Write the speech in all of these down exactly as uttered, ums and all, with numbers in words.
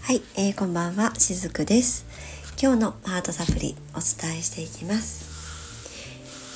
はい、えー、こんばんは、しずくです。今日のハートサプリお伝えしていきます。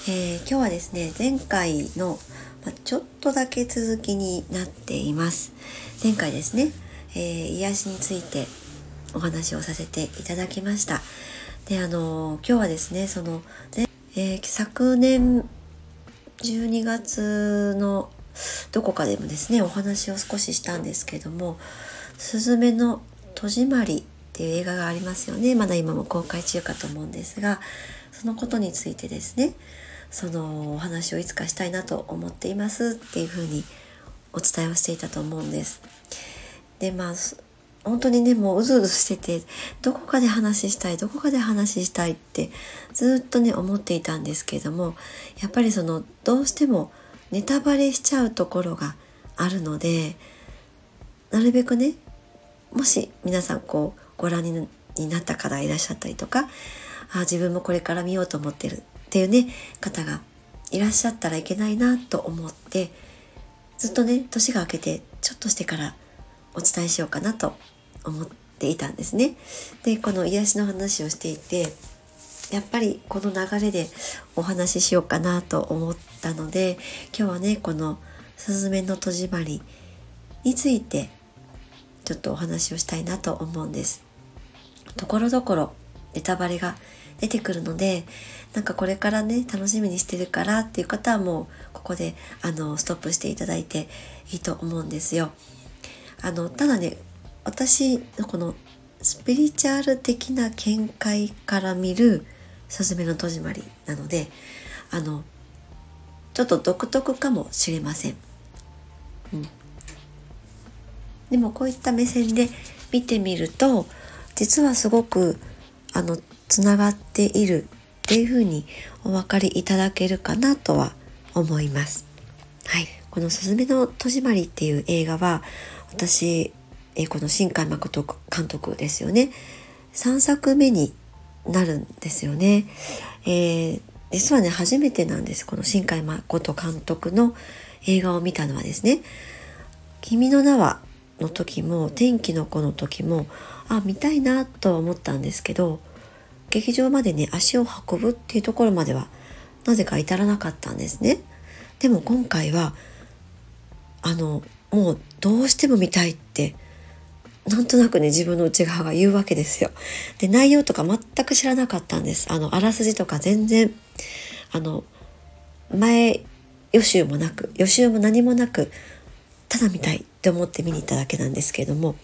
えー、今日はですね、前回の、まあ、ちょっとだけ続きになっています。前回ですね、えー、癒しについてお話をさせていただきました。で、あのー、今日はですね、その、えー、昨年じゅうにがつのどこかでもですね、お話を少ししたんですけども、すずめの戸締まりっていう映画がありますよね。まだ今も公開中かと思うんですが、そのことについてですね、そのお話をいつかしたいなと思っていますっていうふうにお伝えをしていたと思うんです。で、まあ本当にね、もううずうずしてて、どこかで話したいどこかで話したいってずっとね思っていたんですけれども、やっぱりそのどうしてもネタバレしちゃうところがあるので、なるべくね、もし皆さんこうご覧になった方いらっしゃったりとか、あ、自分もこれから見ようと思ってるっていうね方がいらっしゃったらいけないなと思って、ずっとね年が明けてちょっとしてからお伝えしようかなと思っていたんですね。で、この癒しの話をしていて、やっぱりこの流れでお話ししようかなと思ったので、今日はねこのすずめの戸締まりについてちょっとお話をしたいなと思うんです。ところどころネタバレが出てくるので、なんかこれからね楽しみにしてるからっていう方はもうここであのストップしていただいていいと思うんですよ。あのただね、私のこのスピリチュアル的な見解から見るすずめの戸締まりなので、あのちょっと独特かもしれません。うんでもこういった目線で見てみると、実はすごくあのつながっているっていうふうにお分かりいただけるかなとは思います。はい、このすずめの戸締まりっていう映画は、私えこの新海誠監督ですよね。さんさくめになるんですよね。えー、実はね初めてなんです。この新海誠監督の映画を見たのはですね、君の名はの時も天気の子の時もあ見たいなとは思ったんですけど、劇場までね足を運ぶっていうところまではなぜか至らなかったんですね。でも今回はあのもうどうしても見たいってなんとなくね自分の内側が言うわけですよ。で、内容とか全く知らなかったんです。あのあらすじとか全然あの前予習もなく予習も何もなく、ただ見たいって思って見に行っただけなんですけれども、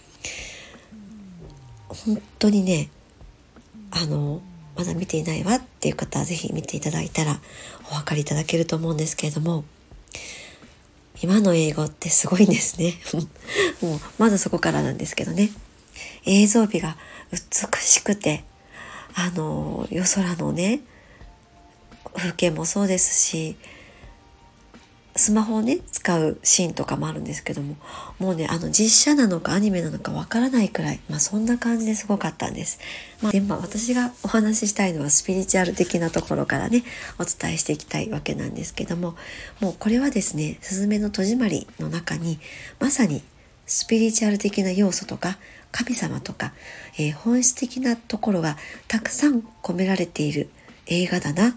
本当にねあのまだ見ていないわっていう方はぜひ見ていただいたらお分かりいただけると思うんですけれども、今の英語ってすごいんですねもうまずそこからなんですけどね、映像美が美しくて、あの夜空のね風景もそうですし、スマホをね使うシーンとかもあるんですけども、もうねあの実写なのかアニメなのかわからないくらい、まあそんな感じですごかったんです。まあ、でまあ私がお話ししたいのはスピリチュアル的なところからねお伝えしていきたいわけなんですけども、もうこれはですねすずめの戸締まりの中にまさにスピリチュアル的な要素とか神様とか、えー、本質的なところがたくさん込められている映画だなって、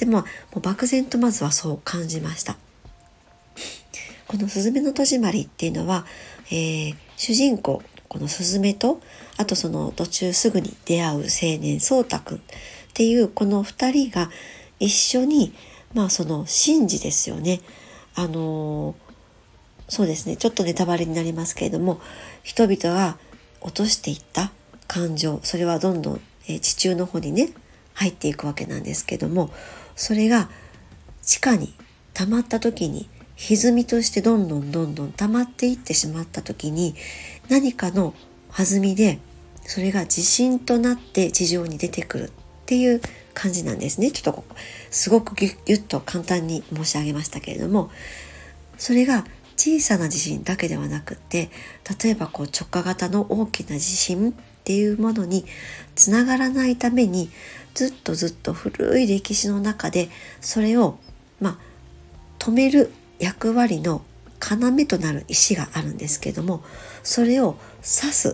まあ、もう漠然とまずはそう感じました。このすずめの戸締まりっていうのは、えー、主人公このすずめと、あとその途中すぐに出会う青年そうたくんっていうこのふたりが一緒に、まあその神事ですよね。あのー、そうですね、ちょっとネタバレになりますけれども、人々が落としていった感情、それはどんどん、えー、地中の方にね入っていくわけなんですけども、それが地下に溜まった時に歪みとしてどんどんどんどん溜まっていってしまった時に、何かの弾みでそれが地震となって地上に出てくるっていう感じなんですね。ちょっとすごくギュッギュッと簡単に申し上げましたけれども、それが小さな地震だけではなくって、例えばこう直下型の大きな地震っていうものにつながらないために、ずっとずっと古い歴史の中でそれをまあ止める役割の要となる石があるんですけども、それを刺す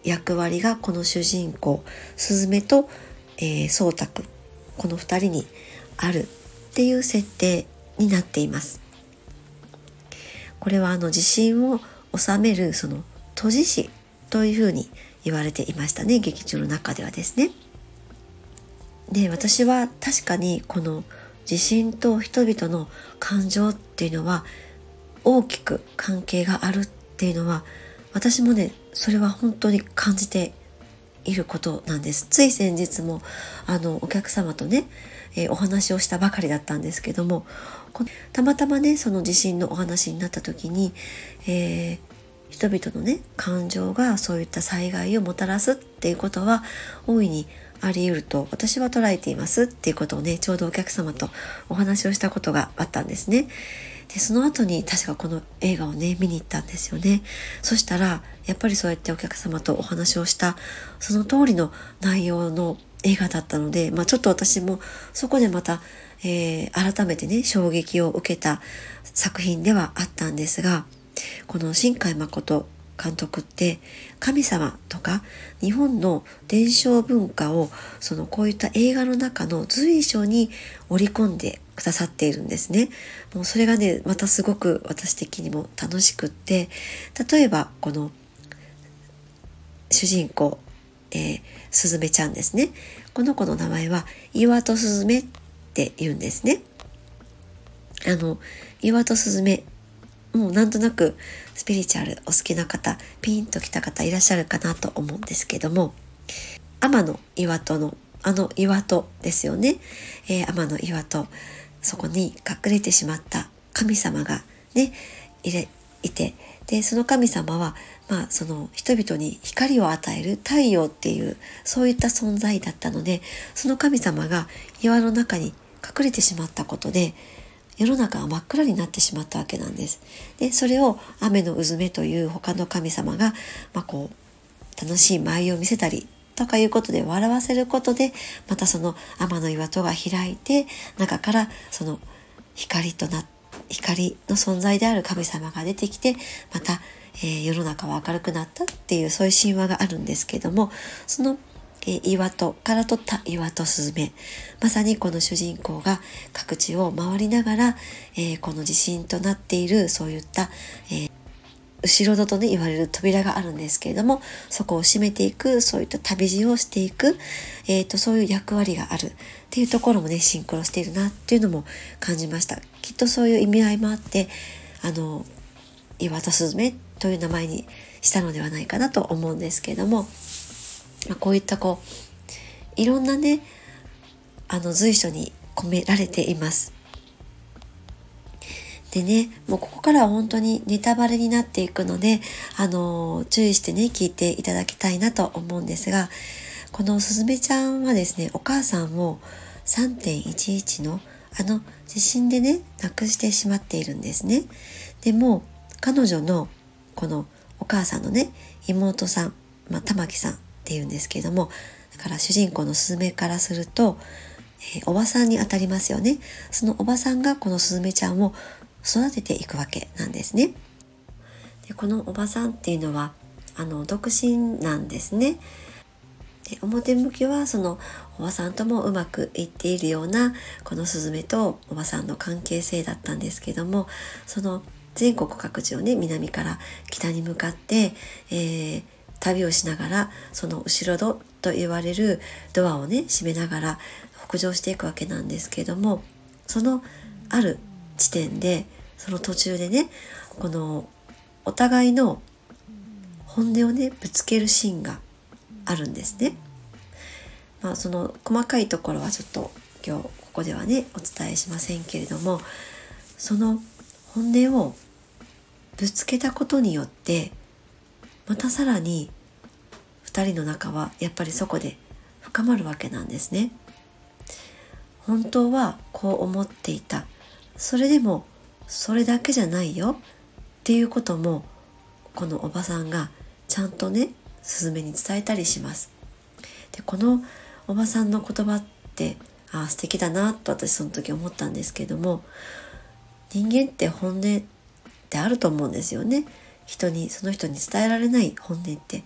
役割がこの主人公すずめと、えー、そうたくん、このふたりにあるっていう設定になっています。これはあの地震を収めるその閉じ師というふうに言われていましたね、劇中の中ではですね。で、私は確かにこの地震と人々の感情っていうのは大きく関係があるっていうのは、私もねそれは本当に感じていることなんです。つい先日もあのお客様とね、えー、お話をしたばかりだったんですけども、このたまたまねその地震のお話になった時に、えー、人々のね感情がそういった災害をもたらすっていうことは大いにあり得ると私は捉えていますっていうことをね、ちょうどお客様とお話をしたことがあったんですね。で、その後に確かこの映画をね見に行ったんですよね。そしたらやっぱりそうやってお客様とお話をしたその通りの内容の映画だったので、まあ、ちょっと私もそこでまた、えー、改めてね衝撃を受けた作品ではあったんですが、この新海誠監督って神様とか日本の伝承文化をそのこういった映画の中の随所に織り込んでくださっているんですね。もうそれがねまたすごく私的にも楽しくって、例えばこの主人公、えー、すずめちゃんですね。この子の名前は岩戸すずめって言うんですね。あの岩戸すずめ、もうなんとなくスピリチュアルお好きな方、ピンときた方いらっしゃるかなと思うんですけども、天の岩戸のあの岩戸ですよね。えー、天の岩戸、そこに隠れてしまった神様がねいれいて、でその神様はまあその人々に光を与える太陽っていうそういった存在だったので、その神様が岩の中に隠れてしまったことで世の中は真っ暗になってしまったわけなんです。でそれを雨のうずめという他の神様が、まあ、こう楽しい舞を見せたりとかいうことで笑わせることで、またその天の岩戸が開いて中からその光とな光の存在である神様が出てきて、また、えー、世の中は明るくなったっていうそういう神話があるんですけども、そのえー、岩戸から取った岩戸すずめ、まさにこの主人公が各地を回りながら、えー、この地震となっているそういった、えー、後ろ戸とね言われる扉があるんですけれども、そこを閉めていく、そういった旅路をしていく、えー、とそういう役割があるっていうところもねシンクロしているなっていうのも感じました。きっとそういう意味合いもあってあの岩戸すずめという名前にしたのではないかなと思うんですけれども、まあ、こういったこういろんなねあの随所に込められています。でね、もうここからは本当にネタバレになっていくので、あの注意してね聞いていただきたいなと思うんですが、このすずめちゃんはですね、お母さんを さんてんいちいち のあの地震でね亡くしてしまっているんですね。でも彼女のこのお母さんのね妹さん、まあ、玉木さんっていうんですけれども、だから主人公のすずめからすると、えー、おばさんにあたりますよね。そのおばさんがこのすずめちゃんを育てていくわけなんですね。でこのおばさんっていうのはあの独身なんですね。で表向きはそのおばさんともうまくいっているようなこのすずめとおばさんの関係性だったんですけども、その全国各地をね南から北に向かって、えー旅をしながらその後ろ戸と言われるドアをね閉めながら北上していくわけなんですけども、そのある地点でその途中でねこのお互いの本音をねぶつけるシーンがあるんですね。まあその細かいところはちょっと今日ここではねお伝えしませんけれども、その本音をぶつけたことによってまたさらにふたりの仲はやっぱりそこで深まるわけなんですね。本当はこう思っていた、それでもそれだけじゃないよっていうこともこのおばさんがちゃんとねすずめに伝えたりします。でこのおばさんの言葉ってあ素敵だなと私その時思ったんですけども、人間って本音ってあると思うんですよね。人にその人に伝えられない本音って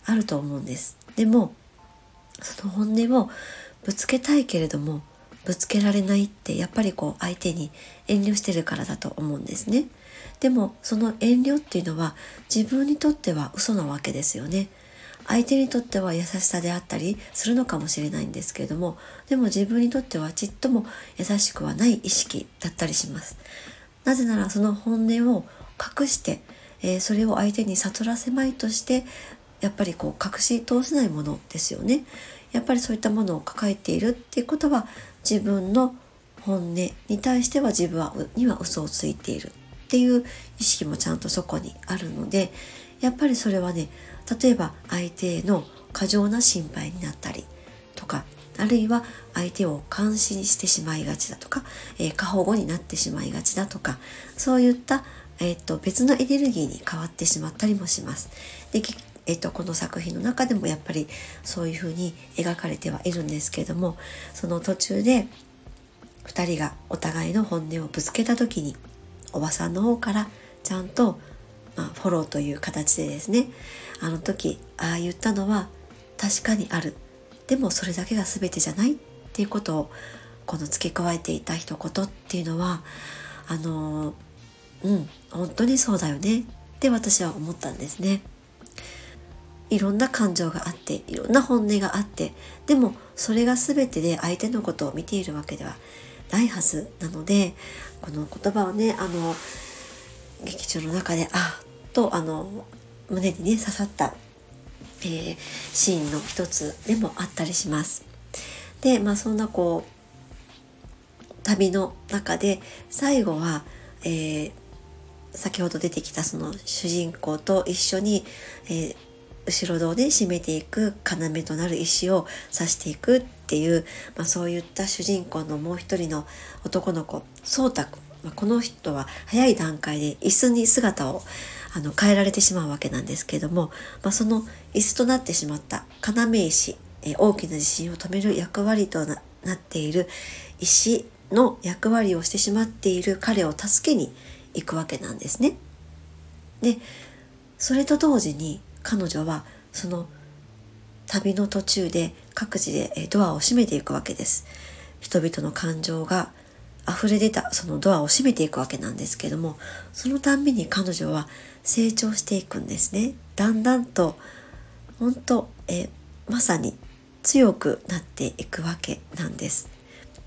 あると思うんです。でもその本音をぶつけたいけれどもぶつけられないって、やっぱりこう相手に遠慮してるからだと思うんですね。でもその遠慮っていうのは自分にとっては嘘なわけですよね。相手にとっては優しさであったりするのかもしれないんですけれども、でも自分にとってはちっとも優しくはない意識だったりします。なぜならその本音を隠して、えー、それを相手に悟らせまいとしてやっぱりこう隠し通せないものですよね。やっぱりそういったものを抱えているっていうことは、自分の本音に対しては自分はには嘘をついているっていう意識もちゃんとそこにあるので、やっぱりそれはね、例えば相手への過剰な心配になったりとか、あるいは相手を監視にしてしまいがちだとか、えー、過保護になってしまいがちだとか、そういった、えー、と別のエネルギーに変わってしまったりもします。で、えー、とこの作品の中でもやっぱりそういうふうに描かれてはいるんですけれども、その途中でふたりがお互いの本音をぶつけた時に、おばさんの方からちゃんと、まあ、フォローという形でですね、あの時ああ言ったのは確かにある、でもそれだけが全てじゃないっていうことをこの付け加えていた一言っていうのは、あのうん本当にそうだよねって私は思ったんですね。いろんな感情があって、いろんな本音があって、でもそれが全てで相手のことを見ているわけではないはずなので、この言葉をね、あの劇中の中であっとあの胸にね刺さった、えー、シーンの一つでもあったりします。で、まあそんなこう旅の中で最後は、えー、先ほど出てきたその主人公と一緒に、えー、後ろ胴で締めていく要となる石を刺していくっていう、まあ、そういった主人公のもう一人の男の子、宗太くん、まあ、この人は早い段階で椅子に姿をあの変えられてしまうわけなんですけれども、まあ、その椅子となってしまった要石、えー、大きな地震を止める役割と な, なっている石の役割をしてしまっている彼を助けに行くわけなんですね。で、それと同時に彼女はその旅の途中で各自でドアを閉めていくわけです。人々の感情が溢れ出たそのドアを閉めていくわけなんですけども、そのたんびに彼女は成長していくんですね。だんだんと本当えまさに強くなっていくわけなんです。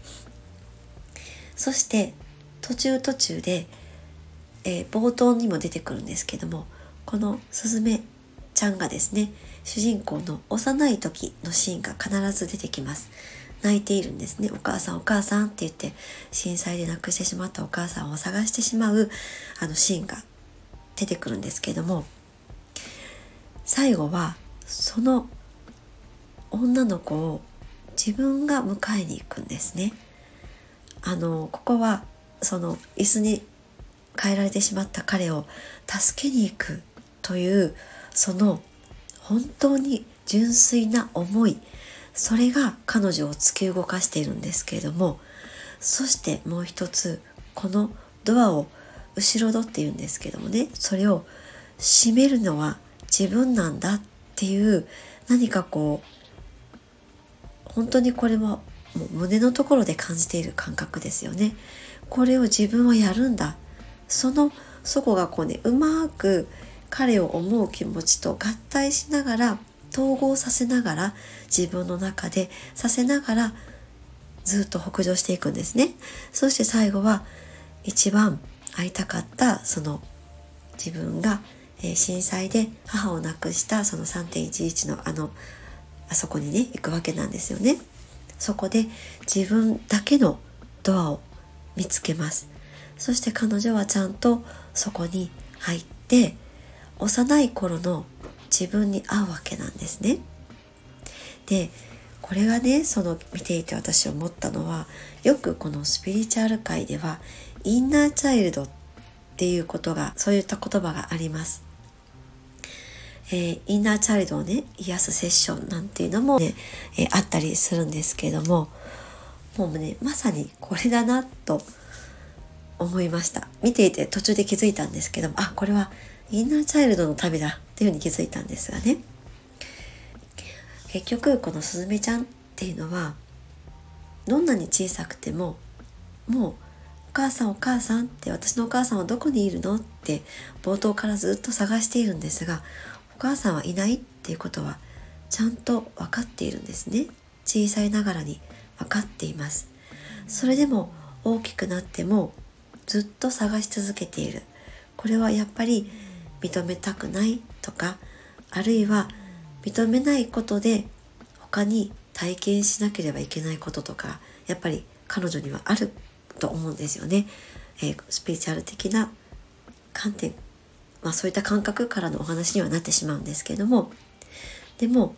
そして途中途中で、えー、冒頭にも出てくるんですけども、このすずめちゃんがですね、主人公の幼い時のシーンが必ず出てきます。泣いているんですね。お母さんお母さんって言って震災で亡くしてしまったお母さんを探してしまうあのシーンが出てくるんですけども、最後はその女の子を自分が迎えに行くんですね。あのここはその椅子に変えられてしまった彼を助けに行くというその本当に純粋な思い、それが彼女を突き動かしているんですけれども、そしてもう一つ、このドアを後ろ戸っていうんですけどもね、それを閉めるのは自分なんだっていう、何かこう本当にこれももう胸のところで感じている感覚ですよね。これを自分はやるんだ、そのそこがこうね、うまく彼を思う気持ちと合体しながら、統合させながら、自分の中でさせながらずっと北上していくんですね。そして最後は一番会いたかったその自分が、えー、震災で母を亡くしたその さんてんいちいち のあのあそこにね行くわけなんですよね。そこで自分だけのドアを見つけます。そして彼女はちゃんとそこに入って幼い頃の自分に会うわけなんですね。で、これがね、その見ていて私思ったのは、よくこのスピリチュアル界ではインナーチャイルドっていうことが、そういった言葉があります。えー、インナーチャイルドをね癒すセッションなんていうのも、ねえー、あったりするんですけれども、もうねまさにこれだなと思いました。見ていて途中で気づいたんですけども、あ、これはインナーチャイルドの旅だっていうふうに気づいたんですがね。 結局このすずめちゃんっていうのはどんなに小さくてももうお母さんお母さんって私のお母さんはどこにいるのって冒頭からずっと探しているんですが、お母さんはいないっていうことはちゃんと分かっているんですね。小さいながらに分かっています。それでも大きくなってもずっと探し続けている。これはやっぱり認めたくないとか、あるいは認めないことで他に体験しなければいけないこととか、やっぱり彼女にはあると思うんですよね。えー、スピリチュアル的な観点、まあそういった感覚からのお話にはなってしまうんですけれども、でも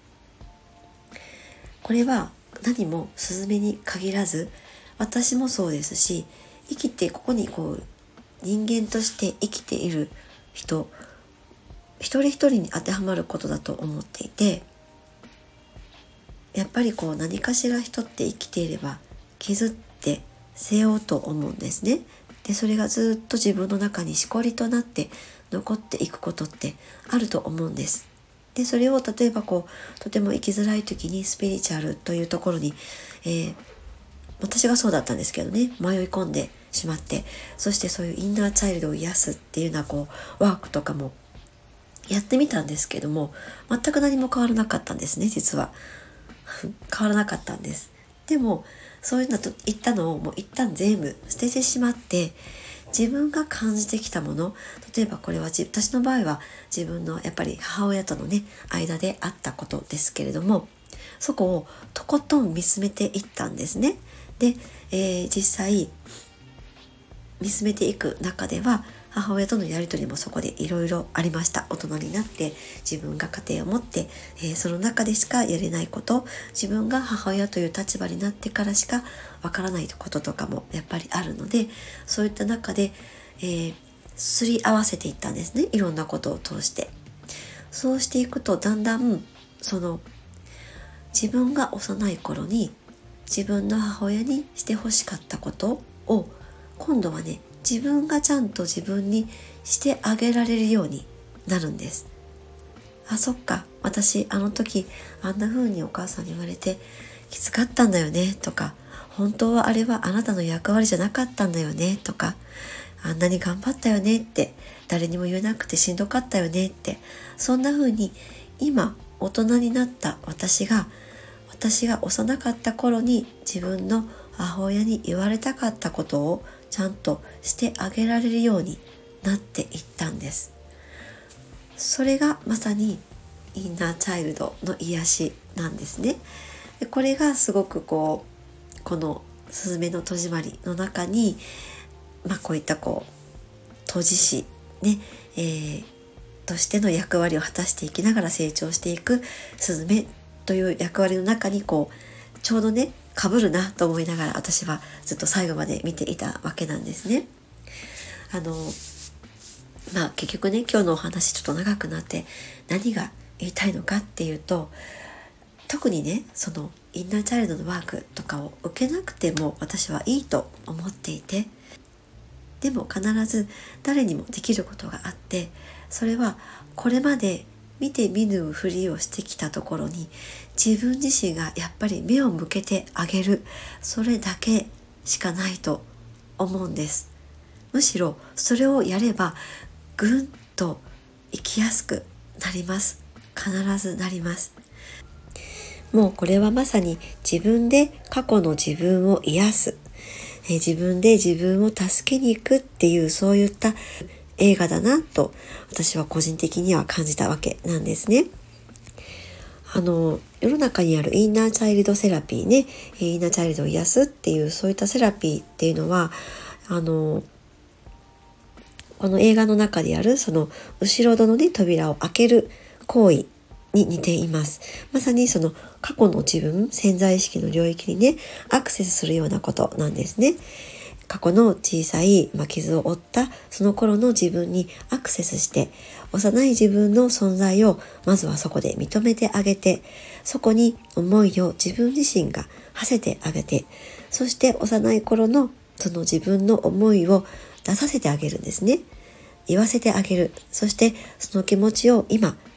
これは何もスズメに限らず、私もそうですし、生きてここにこう人間として生きている人一人一人に当てはまることだと思っていて、やっぱりこう何かしら人って生きていれば削って背負うと思うんですね。でそれがずっと自分の中にしこりとなって残っていくことってあると思うんです。でそれを例えばこうとても生きづらい時にスピリチュアルというところに、えー、私がそうだったんですけどね、迷い込んでしまって、そしてそういうインナーチャイルドを癒すっていうようなこうワークとかもやってみたんですけども、全く何も変わらなかったんですね。実は変わらなかったんです。でもそういうのと言ったのをもう一旦全部捨ててしまって、自分が感じてきたもの、例えばこれは私の場合は自分のやっぱり母親とのね間であったことですけれども、そこをとことん見つめていったんですね。で、えー、実際見つめていく中では母親とのやり取りもそこでいろいろありました。大人になって自分が家庭を持って、えー、その中でしかやれないこと、自分が母親という立場になってからしかわからないこととかもやっぱりあるので、そういった中で、えー、すり合わせていったんですね。いろんなことを通して。そうしていくとだんだんその自分が幼い頃に自分の母親にしてほしかったことを今度はね、自分がちゃんと自分にしてあげられるようになるんです。あ、そっか、私あの時あんな風にお母さんに言われてきつかったんだよねとか、本当はあれはあなたの役割じゃなかったんだよねとか、あんなに頑張ったよねって、誰にも言えなくてしんどかったよねって、そんな風に今大人になった私が私が幼かった頃に自分の母親に言われたかったことをちゃんとしてあげられるようになっていったんです。それがまさにインナーチャイルドの癒しなんですね。でこれがすごくこうこのすずめの戸締まりの中に、まあ、こういったこう当事師ね、えー、としての役割を果たしていきながら成長していくすずめという役割の中にこうちょうどね被るなと思いながら私はずっと最後まで見ていたわけなんですね。あのまあ結局ね、今日のお話ちょっと長くなって何が言いたいのかっていうと、特にねそのインナーチャイルドのワークとかを受けなくても私はいいと思っていて、でも必ず誰にもできることがあって、それはこれまで見て見ぬふりをしてきたところに自分自身がやっぱり目を向けてあげる、それだけしかないと思うんです。むしろそれをやればぐんと生きやすくなります。必ずなります。もうこれはまさに自分で過去の自分を癒す、え自分で自分を助けに行くっていう、そういった映画だなと私は個人的には感じたわけなんですね。あの世の中にあるインナーチャイルドセラピーね、インナーチャイルドを癒すっていうそういったセラピーっていうのは、あのこの映画の中であるその後ろ戸のね扉を開ける行為に似ています。まさにその過去の自分、潜在意識の領域にねアクセスするようなことなんですね。過去の小さい、まあ、傷を負ったその頃の自分にアクセスして、幼い自分の存在をまずはそこで認めてあげて、そこに思いを自分自身が馳せてあげて、そして幼い頃のその自分の思いを出させてあげるんですね。言わせてあげる。そしてその気持ちを今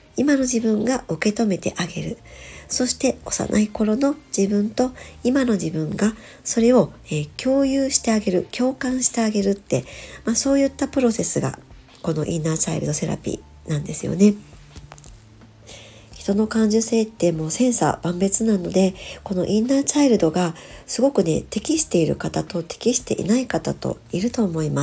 今の自分が受け止めてあげる。そして幼い頃の自分と今の自分がそれを、えー、共有してあげる、共感してあげるって、まあ、そういったプロセスがこのインナーチャイルドセラピーなんですよね。人の感受性ってもう千差万別なので、このインナーチャイルドがすごくね、適している方と適していない方といると思います。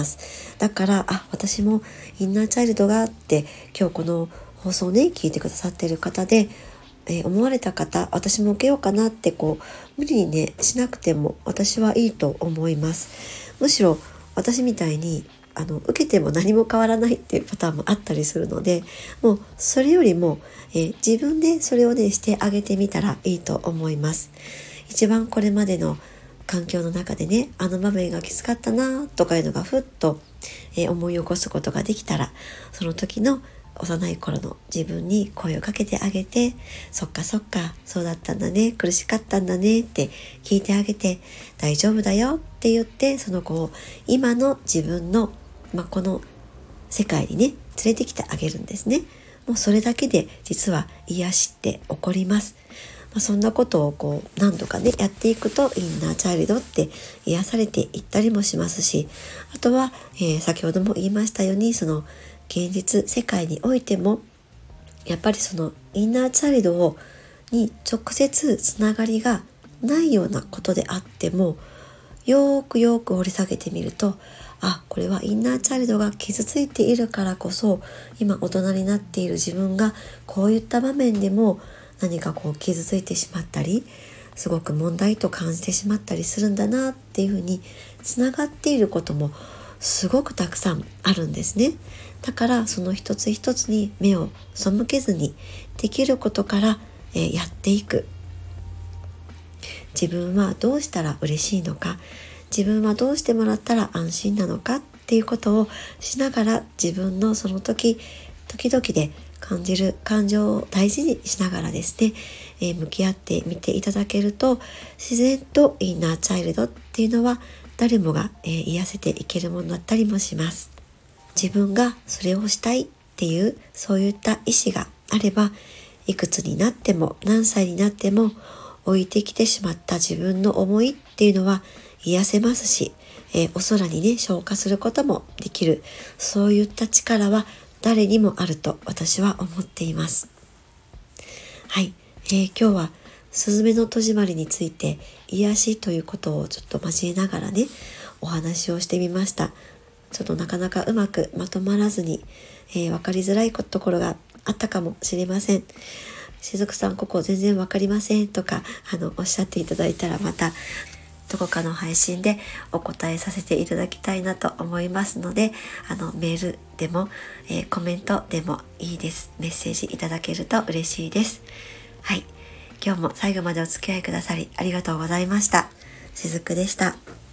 だから、あ、私もインナーチャイルドがあって、今日この放送をね、聞いてくださっている方で、えー、思われた方、私も受けようかなってこう無理にねしなくても私はいいと思います。むしろ私みたいにあの受けても何も変わらないっていうパターンもあったりするので、もうそれよりも、えー、自分でそれをねしてあげてみたらいいと思います。一番これまでの環境の中でね、あの場面がきつかったなとかいうのがふっと、えー、思い起こすことができたら、その時の幼い頃の自分に声をかけてあげて、そっかそっか、そうだったんだね、苦しかったんだねって聞いてあげて、大丈夫だよって言って、その子を今の自分の、まあ、この世界にね連れてきてあげるんですね。もうそれだけで実は癒しって起こります。まあ、そんなことをこう何度かねやっていくと、インナーチャイルドって癒されていったりもしますし、あとは、えー、先ほども言いましたように、その現実世界においてもやっぱりそのインナーチャイルドをに直接つながりがないようなことであっても、よーくよーく掘り下げてみると、あ、これはインナーチャイルドが傷ついているからこそ、今大人になっている自分がこういった場面でも何かこう傷ついてしまったり、すごく問題と感じてしまったりするんだなっていうふうにつながっていることもすごくたくさんあるんですね。だからその一つ一つに目を背けずに、できることから、えー、やっていく。自分はどうしたら嬉しいのか、自分はどうしてもらったら安心なのかっていうことをしながら、自分のその時時々で感じる感情を大事にしながらですね、えー、向き合ってみていただけると、自然とインナーチャイルドっていうのは誰もが、えー、癒せていけるものだったりもします。自分がそれをしたいっていうそういった意思があれば、いくつになっても何歳になっても置いてきてしまった自分の思いっていうのは癒せますし、えー、お空にね消化することもできる、そういった力は誰にもあると私は思っています。はい、えー、今日はすずめの戸締まりについて、癒しということをちょっと交えながらねお話をしてみました。ちょっとなかなかうまくまとまらずに、えー、分かりづらいところがあったかもしれません。しずくさん、ここ全然分かりませんとかあのおっしゃっていただいたら、またどこかの配信でお答えさせていただきたいなと思いますので、あのメールでも、えー、コメントでもいいです。メッセージいただけると嬉しいです。はい、今日も最後までお付き合いくださりありがとうございました。しずくでした。